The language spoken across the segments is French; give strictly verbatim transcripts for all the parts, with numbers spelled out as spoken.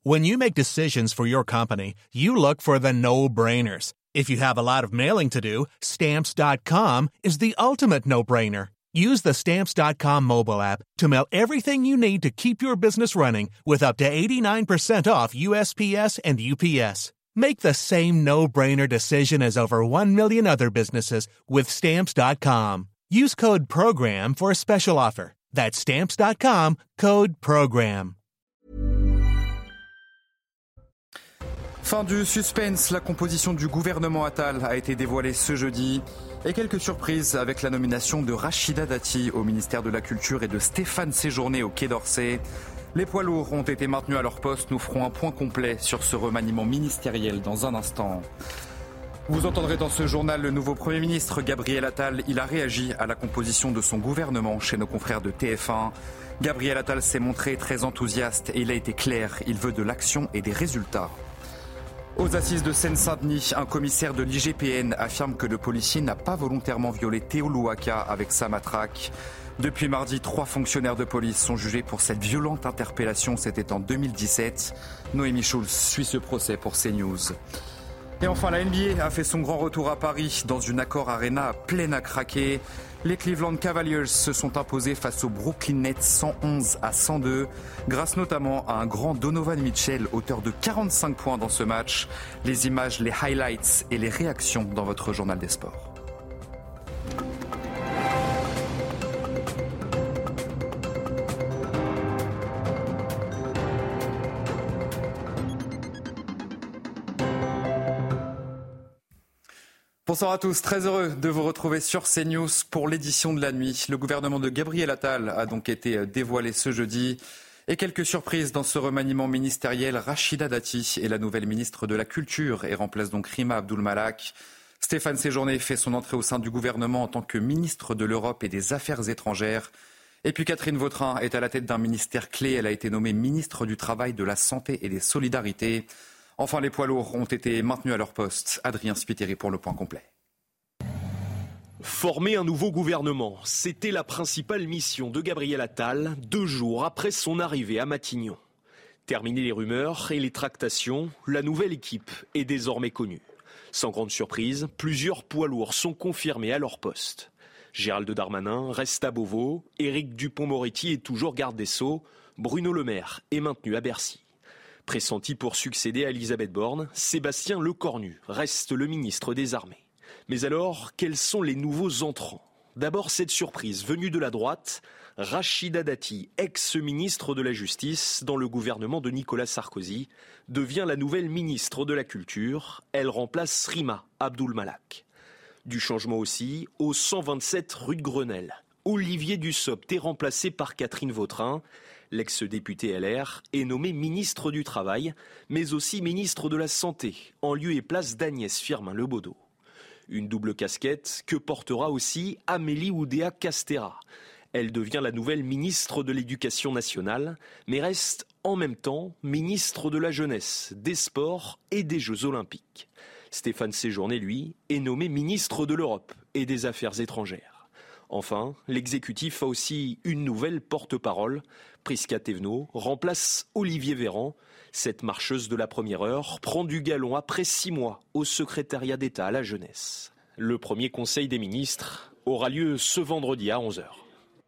When you make decisions for your company, you look for the no-brainers. If you have a lot of mailing to do, Stamps dot com is the ultimate no-brainer. Use the Stamps dot com mobile app to mail everything you need to keep your business running with up to eighty-nine percent off U S P S and U P S. Make the same no-brainer decision as over one million other businesses with Stamps dot com. Use code PROGRAM for a special offer. That's Stamps dot com, code PROGRAM. Fin du suspense, la composition du gouvernement Attal a été dévoilée ce jeudi. Et quelques surprises avec la nomination de Rachida Dati au ministère de la Culture et de Stéphane Séjourné au Quai d'Orsay. Les poids lourds ont été maintenus à leur poste. Nous ferons un point complet sur ce remaniement ministériel dans un instant. Vous entendrez dans ce journal le nouveau Premier ministre Gabriel Attal. Il a réagi à la composition de son gouvernement chez nos confrères de T F un. Gabriel Attal s'est montré très enthousiaste et il a été clair. Il veut de l'action et des résultats. Aux assises de Seine-Saint-Denis, un commissaire de l'I G P N affirme que le policier n'a pas volontairement violé Théo Louaka avec sa matraque. Depuis mardi, trois fonctionnaires de police sont jugés pour cette violente interpellation. C'était en deux mille dix-sept. Noémie Schulz suit ce procès pour CNews. Et enfin, la N B A a fait son grand retour à Paris dans une Accor Arena pleine à craquer. Les Cleveland Cavaliers se sont imposés face aux Brooklyn Nets cent onze à cent deux, grâce notamment à un grand Donovan Mitchell, auteur de quarante-cinq points dans ce match. Les images, les highlights et les réactions dans votre journal des sports. Bonsoir à tous, très heureux de vous retrouver sur CNews pour l'édition de la nuit. Le gouvernement de Gabriel Attal a donc été dévoilé ce jeudi. Et quelques surprises dans ce remaniement ministériel. Rachida Dati est la nouvelle ministre de la Culture et remplace donc Rima Abdul Malak. Stéphane Séjourné fait son entrée au sein du gouvernement en tant que ministre de l'Europe et des Affaires étrangères. Et puis Catherine Vautrin est à la tête d'un ministère clé. Elle a été nommée ministre du Travail, de la Santé et des Solidarités. Enfin, les poids lourds ont été maintenus à leur poste. Adrien Spiteri pour le point complet. Former un nouveau gouvernement, c'était la principale mission de Gabriel Attal, deux jours après son arrivée à Matignon. Terminer les rumeurs et les tractations, la nouvelle équipe est désormais connue. Sans grande surprise, plusieurs poids lourds sont confirmés à leur poste. Gérald Darmanin reste à Beauvau, Éric Dupond-Moretti est toujours garde des Sceaux, Bruno Le Maire est maintenu à Bercy. Pressenti pour succéder à Elisabeth Borne, Sébastien Lecornu reste le ministre des Armées. Mais alors, quels sont les nouveaux entrants ? D'abord, cette surprise venue de la droite, Rachida Dati, ex-ministre de la Justice dans le gouvernement de Nicolas Sarkozy, devient la nouvelle ministre de la Culture. Elle remplace Rima Abdul Malak. Du changement aussi au cent vingt-sept rue de Grenelle. Olivier Dussopt est remplacé par Catherine Vautrin. L'ex-député L R est nommé ministre du Travail, mais aussi ministre de la Santé, en lieu et place d'Agnès Firmin-Lebaudot. Une double casquette que portera aussi Amélie Oudéa-Castéra. Elle devient la nouvelle ministre de l'Éducation nationale, mais reste en même temps ministre de la Jeunesse, des Sports et des Jeux Olympiques. Stéphane Séjourné, lui, est nommé ministre de l'Europe et des Affaires étrangères. Enfin, l'exécutif a aussi une nouvelle porte-parole. Prisca Thévenot remplace Olivier Véran. Cette marcheuse de la première heure prend du galon après six mois au secrétariat d'État à la jeunesse. Le premier conseil des ministres aura lieu ce vendredi à onze heures.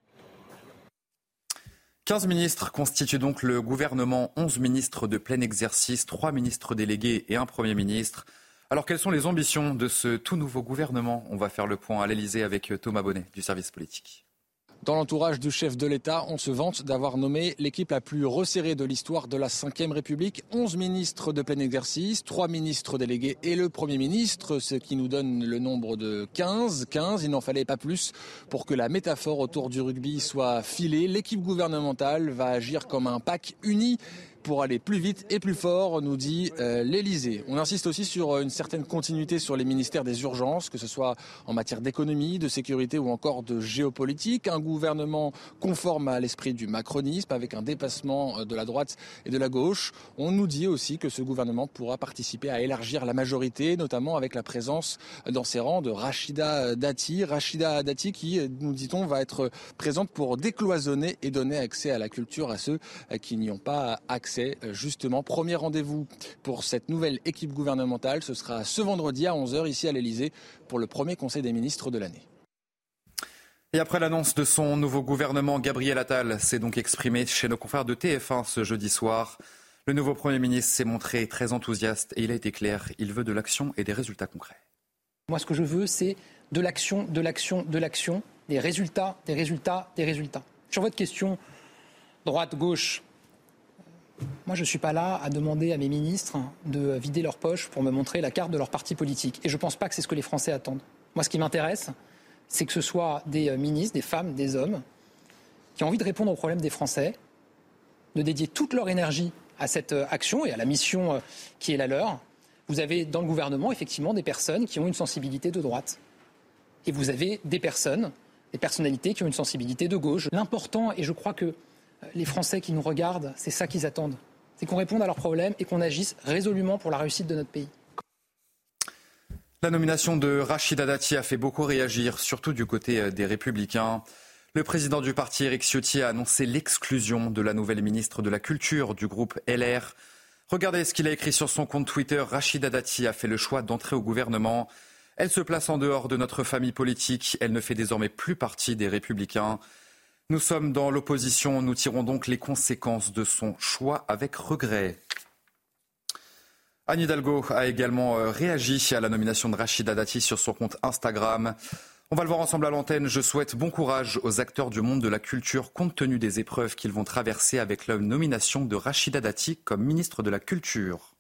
quinze ministres constituent donc le gouvernement, onze ministres de plein exercice, trois ministres délégués et un Premier ministre. Alors, quelles sont les ambitions de ce tout nouveau gouvernement ? On va faire le point à l'Elysée avec Thomas Bonnet du service politique. Dans l'entourage du chef de l'État, on se vante d'avoir nommé l'équipe la plus resserrée de l'histoire de la cinquième République. onze ministres de plein exercice, trois ministres délégués et le Premier ministre, ce qui nous donne le nombre de quinze. quinze, il n'en fallait pas plus pour que la métaphore autour du rugby soit filée. L'équipe gouvernementale va agir comme un pack uni pour aller plus vite et plus fort, nous dit euh, l'Elysée. On insiste aussi sur une certaine continuité sur les ministères des urgences, que ce soit en matière d'économie, de sécurité ou encore de géopolitique. Un gouvernement conforme à l'esprit du macronisme, avec un dépassement de la droite et de la gauche. On nous dit aussi que ce gouvernement pourra participer à élargir la majorité, notamment avec la présence dans ses rangs de Rachida Dati. Rachida Dati qui, nous dit-on, va être présente pour décloisonner et donner accès à la culture à ceux qui n'y ont pas accès d'accès. Justement, premier rendez-vous pour cette nouvelle équipe gouvernementale, ce sera ce vendredi à onze heures ici à l'Elysée pour le premier Conseil des ministres de l'année. Et après l'annonce de son nouveau gouvernement, Gabriel Attal s'est donc exprimé chez nos confrères de T F un ce jeudi soir. Le nouveau Premier ministre s'est montré très enthousiaste et il a été clair, il veut de l'action et des résultats concrets. Moi, ce que je veux, c'est de l'action, de l'action, de l'action, des résultats, des résultats, des résultats. Sur votre question, droite, gauche, moi, je ne suis pas là à demander à mes ministres de vider leurs poches pour me montrer la carte de leur parti politique. Et je ne pense pas que c'est ce que les Français attendent. Moi, ce qui m'intéresse, c'est que ce soit des ministres, des femmes, des hommes, qui ont envie de répondre aux problèmes des Français, de dédier toute leur énergie à cette action et à la mission qui est la leur. Vous avez dans le gouvernement, effectivement, des personnes qui ont une sensibilité de droite. Et vous avez des personnes, des personnalités qui ont une sensibilité de gauche. L'important, et je crois que les Français qui nous regardent, c'est ça qu'ils attendent. C'est qu'on réponde à leurs problèmes et qu'on agisse résolument pour la réussite de notre pays. La nomination de Rachida Dati a fait beaucoup réagir, surtout du côté des Républicains. Le président du parti, Éric Ciotti, a annoncé l'exclusion de la nouvelle ministre de la Culture du groupe L R. Regardez ce qu'il a écrit sur son compte Twitter. Rachida Dati a fait le choix d'entrer au gouvernement. Elle se place en dehors de notre famille politique. Elle ne fait désormais plus partie des Républicains. Nous sommes dans l'opposition. Nous tirons donc les conséquences de son choix avec regret. Anne Hidalgo a également réagi à la nomination de Rachida Dati sur son compte Instagram. On va le voir ensemble à l'antenne. Je souhaite bon courage aux acteurs du monde de la culture compte tenu des épreuves qu'ils vont traverser avec la nomination de Rachida Dati comme ministre de la Culture.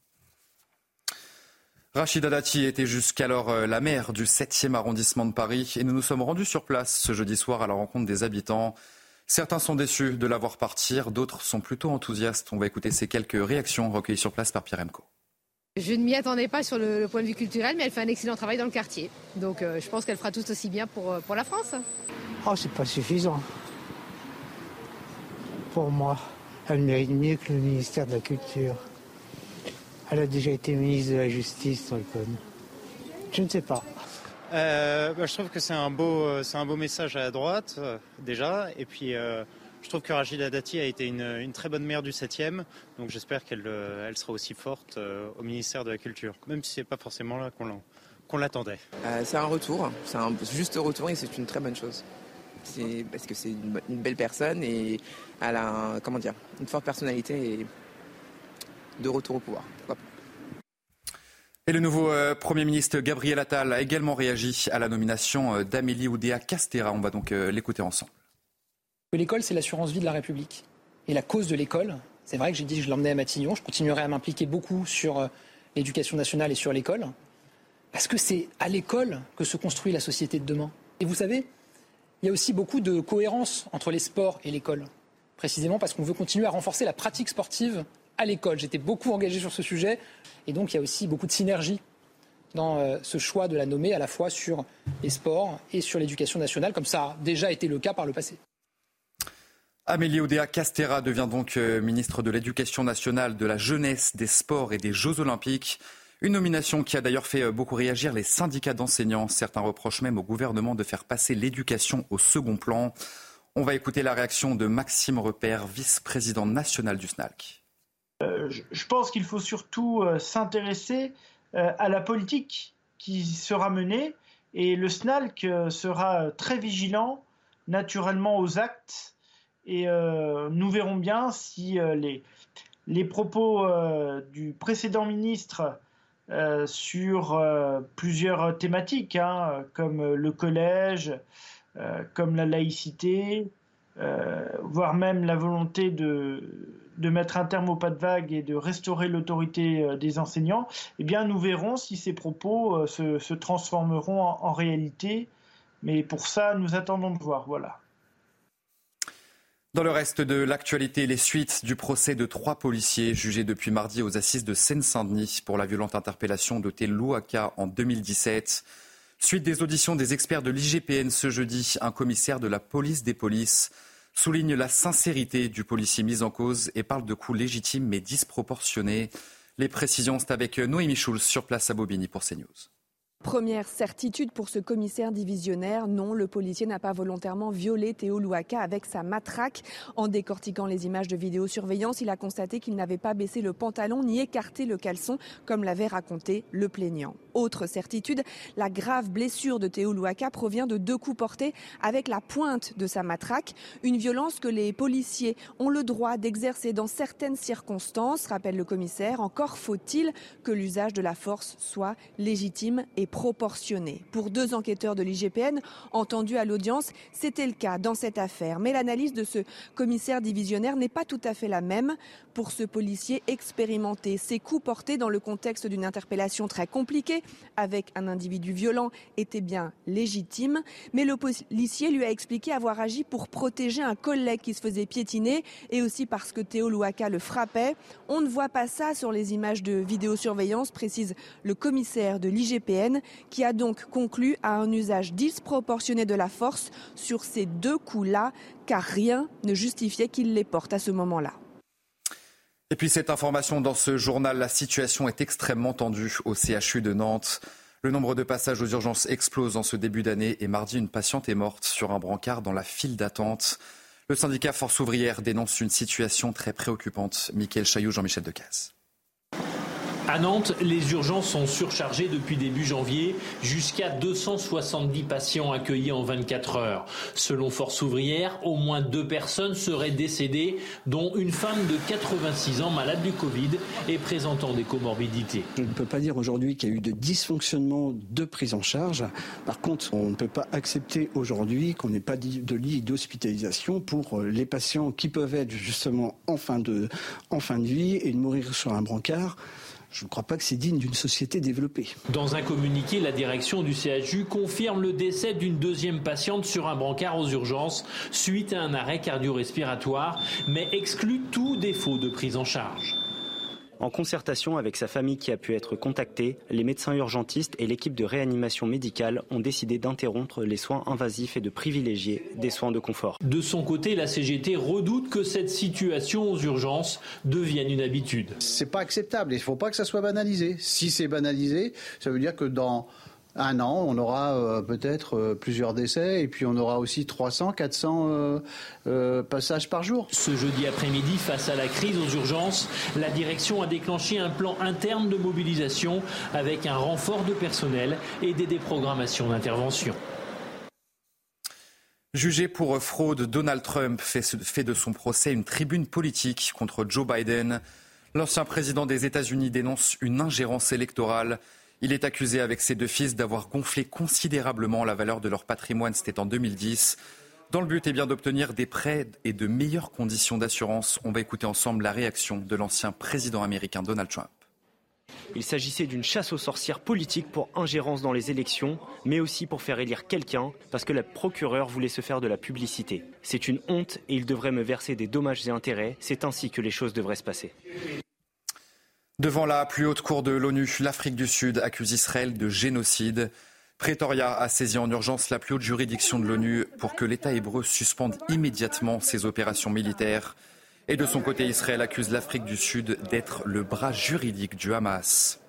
Rachida Dati était jusqu'alors la maire du septième arrondissement de Paris et nous nous sommes rendus sur place ce jeudi soir à la rencontre des habitants. Certains sont déçus de la voir partir, d'autres sont plutôt enthousiastes. On va écouter ces quelques réactions recueillies sur place par Pierre Emco. Je ne m'y attendais pas sur le, le point de vue culturel, mais elle fait un excellent travail dans le quartier. Donc euh, je pense qu'elle fera tout aussi bien pour, pour la France. Oh, c'est pas suffisant. Pour moi, elle mérite mieux que le ministère de la Culture. Elle a déjà été ministre de la Justice, Rincon. Je ne sais pas. Euh, bah, je trouve que c'est un beau, c'est un beau message à la droite, euh, déjà. Et puis, euh, je trouve que Rachida Dati a été une, une très bonne maire du septième. Donc j'espère qu'elle euh, elle sera aussi forte euh, au ministère de la Culture. Même si ce n'est pas forcément là qu'on, l'a, qu'on l'attendait. Euh, c'est un retour, c'est un juste retour et c'est une très bonne chose. C'est parce que c'est une, une belle personne et elle a un, comment dire, une forte personnalité et de retour au pouvoir. Pourquoi pas. Et le nouveau euh, Premier ministre Gabriel Attal a également réagi à la nomination euh, d'Amélie Oudéa-Castéra. On va donc euh, l'écouter ensemble. L'école, c'est l'assurance vie de la République. Et la cause de l'école, c'est vrai que j'ai dit que je l'emmenais à Matignon. Je continuerai à m'impliquer beaucoup sur euh, l'éducation nationale et sur l'école. Parce que c'est à l'école que se construit la société de demain. Et vous savez, il y a aussi beaucoup de cohérence entre les sports et l'école. Précisément parce qu'on veut continuer à renforcer la pratique sportive à l'école. J'étais beaucoup engagé sur ce sujet. Et donc, il y a aussi beaucoup de synergie dans euh, ce choix de la nommer à la fois sur les sports et sur l'éducation nationale, comme ça a déjà été le cas par le passé. Amélie Oudéa-Castéra devient donc euh, ministre de l'Éducation nationale, de la jeunesse, des sports et des Jeux olympiques. Une nomination qui a d'ailleurs fait euh, beaucoup réagir les syndicats d'enseignants. Certains reprochent même au gouvernement de faire passer l'éducation au second plan. On va écouter la réaction de Maxime Repère, vice-président national du S N A L C. Euh, je pense qu'il faut surtout euh, s'intéresser euh, à la politique qui sera menée et le S N A L C euh, sera euh, très vigilant naturellement aux actes et euh, nous verrons bien si euh, les, les propos euh, du précédent ministre euh, sur euh, plusieurs thématiques hein, comme le collège, euh, comme la laïcité, euh, voire même la volonté de de mettre un terme au pas de vague et de restaurer l'autorité des enseignants, eh bien nous verrons si ces propos se, se transformeront en, en réalité. Mais pour ça, nous attendons de voir. Voilà. Dans le reste de l'actualité, les suites du procès de trois policiers jugés depuis mardi aux assises de Seine-Saint-Denis pour la violente interpellation de Telouaka en deux mille dix-sept. Suite des auditions des experts de l'I G P N ce jeudi, un commissaire de la police des polices souligne la sincérité du policier mis en cause et parle de coups légitimes mais disproportionnés. Les précisions, c'est avec Noémie Schulz sur place à Bobigny pour CNews. Première certitude pour ce commissaire divisionnaire, non, le policier n'a pas volontairement violé Théo Louaka avec sa matraque. En décortiquant les images de vidéosurveillance, il a constaté qu'il n'avait pas baissé le pantalon ni écarté le caleçon, comme l'avait raconté le plaignant. Autre certitude, la grave blessure de Théo Louaka provient de deux coups portés avec la pointe de sa matraque. Une violence que les policiers ont le droit d'exercer dans certaines circonstances, rappelle le commissaire. Encore faut-il que l'usage de la force soit légitime et proportionné. Pour deux enquêteurs de l'I G P N entendus à l'audience, c'était le cas dans cette affaire. Mais l'analyse de ce commissaire divisionnaire n'est pas tout à fait la même. Pour ce policier expérimenté, ces coups portés dans le contexte d'une interpellation très compliquée avec un individu violent étaient bien légitimes. Mais le policier lui a expliqué avoir agi pour protéger un collègue qui se faisait piétiner et aussi parce que Théo Louaka le frappait. On ne voit pas ça sur les images de vidéosurveillance, précise le commissaire de l'I G P N, qui a donc conclu à un usage disproportionné de la force sur ces deux coups-là, car rien ne justifiait qu'il les porte à ce moment-là. Et puis cette information dans ce journal, la situation est extrêmement tendue au C H U de Nantes. Le nombre de passages aux urgences explose en ce début d'année et mardi, une patiente est morte sur un brancard dans la file d'attente. Le syndicat Force ouvrière dénonce une situation très préoccupante. Mickaël Chailloux, Jean-Michel Decaze. À Nantes, les urgences sont surchargées depuis début janvier, jusqu'à deux cent soixante-dix patients accueillis en vingt-quatre heures. Selon Force ouvrière, au moins deux personnes seraient décédées, dont une femme de quatre-vingt-six ans malade du Covid et présentant des comorbidités. Je ne peux pas dire aujourd'hui qu'il y a eu de dysfonctionnement de prise en charge. Par contre, on ne peut pas accepter aujourd'hui qu'on n'ait pas de lit d'hospitalisation pour les patients qui peuvent être justement en fin de, en fin de vie et de mourir sur un brancard. Je ne crois pas que c'est digne d'une société développée. Dans un communiqué, la direction du C H U confirme le décès d'une deuxième patiente sur un brancard aux urgences suite à un arrêt cardio-respiratoire, mais exclut tout défaut de prise en charge. En concertation avec sa famille qui a pu être contactée, les médecins urgentistes et l'équipe de réanimation médicale ont décidé d'interrompre les soins invasifs et de privilégier des soins de confort. De son côté, la C G T redoute que cette situation aux urgences devienne une habitude. C'est pas acceptable et il ne faut pas que ça soit banalisé. Si c'est banalisé, ça veut dire que dans un an, on aura euh, peut-être euh, plusieurs décès et puis on aura aussi trois cents, quatre cents euh, euh, passages par jour. Ce jeudi après-midi, face à la crise aux urgences, la direction a déclenché un plan interne de mobilisation avec un renfort de personnel et des déprogrammations d'intervention. Jugé pour fraude, Donald Trump fait, fait de son procès une tribune politique contre Joe Biden. L'ancien président des États-Unis dénonce une ingérence électorale. Il est accusé avec ses deux fils d'avoir gonflé considérablement la valeur de leur patrimoine, c'était en deux mille dix, dans le but eh bien, d'obtenir des prêts et de meilleures conditions d'assurance. On va écouter ensemble la réaction de l'ancien président américain Donald Trump. Il s'agissait d'une chasse aux sorcières politique pour ingérence dans les élections, mais aussi pour faire élire quelqu'un, parce que la procureure voulait se faire de la publicité. C'est une honte et il devrait me verser des dommages et intérêts. C'est ainsi que les choses devraient se passer. Devant la plus haute cour de l'ONU, l'Afrique du Sud accuse Israël de génocide. Pretoria a saisi en urgence la plus haute juridiction de l'ONU pour que l'État hébreu suspende immédiatement ses opérations militaires. Et de son côté, Israël accuse l'Afrique du Sud d'être le bras juridique du Hamas.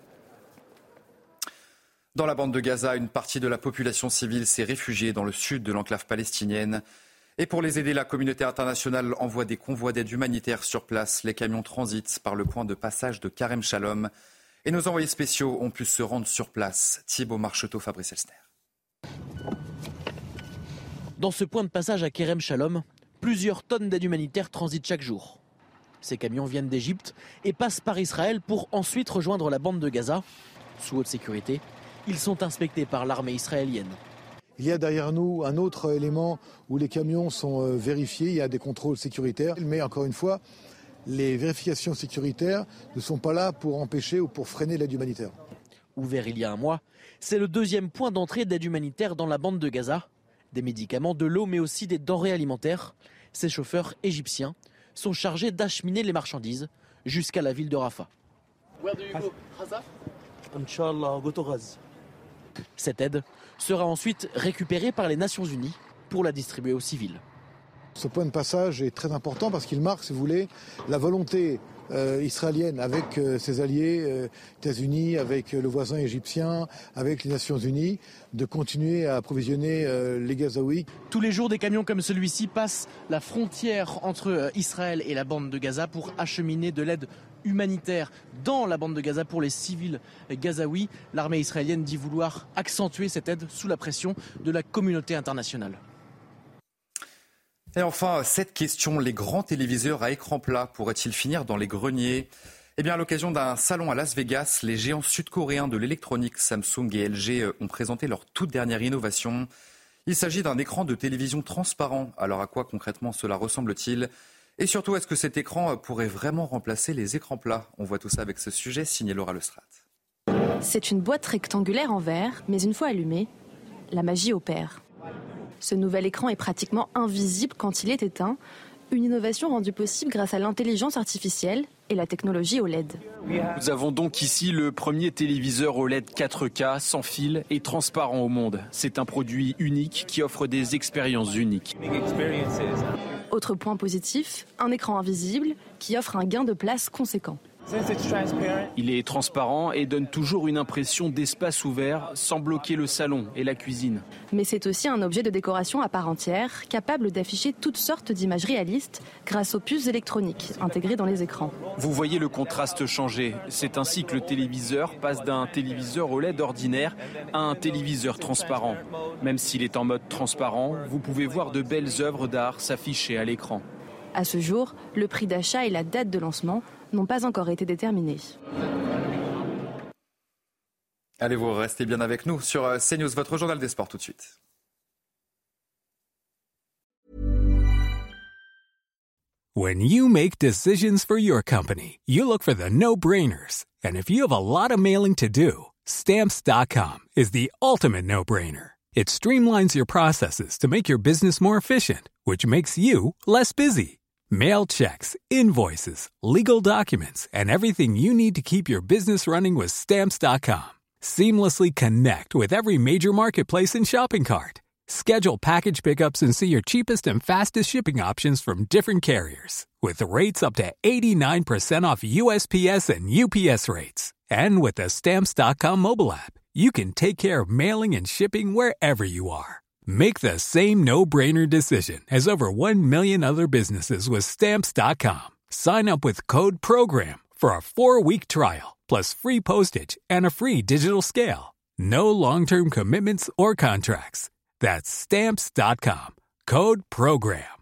Dans la bande de Gaza, une partie de la population civile s'est réfugiée dans le sud de l'enclave palestinienne. Et pour les aider, la communauté internationale envoie des convois d'aide humanitaire sur place. Les camions transitent par le point de passage de Karem Shalom. Et nos envoyés spéciaux ont pu se rendre sur place. Thibaut Marcheteau, Fabrice Elsner. Dans ce point de passage à Kerem Shalom, plusieurs tonnes d'aide humanitaire transitent chaque jour. Ces camions viennent d'Égypte et passent par Israël pour ensuite rejoindre la bande de Gaza. Sous haute sécurité, ils sont inspectés par l'armée israélienne. Il y a derrière nous un autre élément où les camions sont vérifiés, il y a des contrôles sécuritaires. Mais encore une fois, les vérifications sécuritaires ne sont pas là pour empêcher ou pour freiner l'aide humanitaire. Ouvert il y a un mois, c'est le deuxième point d'entrée d'aide humanitaire dans la bande de Gaza. Des médicaments, de l'eau, mais aussi des denrées alimentaires. Ces chauffeurs égyptiens sont chargés d'acheminer les marchandises jusqu'à la ville de Rafah. Cette aide sera ensuite récupérée par les Nations Unies pour la distribuer aux civils. Ce point de passage est très important parce qu'il marque, si vous voulez, la volonté euh, israélienne avec euh, ses alliés euh, États-Unis, avec euh, le voisin égyptien, avec les Nations Unies, de continuer à approvisionner euh, les Gazaouis. Tous les jours, des camions comme celui-ci passent la frontière entre Israël et la bande de Gaza pour acheminer de l'aide humanitaire dans la bande de Gaza pour les civils gazaouis. L'armée israélienne dit vouloir accentuer cette aide sous la pression de la communauté internationale. Et enfin, cette question, les grands téléviseurs à écran plat pourraient-ils finir dans les greniers ? Eh bien, à l'occasion d'un salon à Las Vegas, les géants sud-coréens de l'électronique Samsung et L G ont présenté leur toute dernière innovation. Il s'agit d'un écran de télévision transparent. Alors à quoi concrètement cela ressemble-t-il ? Et surtout, est-ce que cet écran pourrait vraiment remplacer les écrans plats ? On voit tout ça avec ce sujet, signé Laura Lestrade. C'est une boîte rectangulaire en verre, mais une fois allumée, la magie opère. Ce nouvel écran est pratiquement invisible quand il est éteint, une innovation rendue possible grâce à l'intelligence artificielle et la technologie O L E D. Nous avons donc ici le premier téléviseur O L E D quatre K sans fil et transparent au monde. C'est un produit unique qui offre des expériences uniques. Autre point positif, un écran invisible qui offre un gain de place conséquent. Il est transparent et donne toujours une impression d'espace ouvert sans bloquer le salon et la cuisine. Mais c'est aussi un objet de décoration à part entière, capable d'afficher toutes sortes d'images réalistes grâce aux puces électroniques intégrées dans les écrans. Vous voyez le contraste changer. C'est ainsi que le téléviseur passe d'un téléviseur O L E D ordinaire à un téléviseur transparent. Même s'il est en mode transparent, vous pouvez voir de belles œuvres d'art s'afficher à l'écran. À ce jour, le prix d'achat et la date de lancement n'ont pas encore été déterminés. Allez, vous restez bien avec nous sur CNews, votre journal des sports tout de suite. When you make decisions for your company, you look for the no-brainers. And if you have a lot of mailing to do, Stamps dot com is the ultimate no-brainer. It streamlines your processes to make your business more efficient, which makes you less busy. Mail checks, invoices, legal documents, and everything you need to keep your business running with Stamps dot com. Seamlessly connect with every major marketplace and shopping cart. Schedule package pickups and see your cheapest and fastest shipping options from different carriers. With rates up to eighty-nine percent off U S P S and U P S rates. And with the Stamps dot com mobile app, you can take care of mailing and shipping wherever you are. Make the same no-brainer decision as over one million other businesses with Stamps dot com. Sign up with code PROGRAM for a four-week trial, plus free postage and a free digital scale. No long-term commitments or contracts. That's Stamps dot com. Code PROGRAM.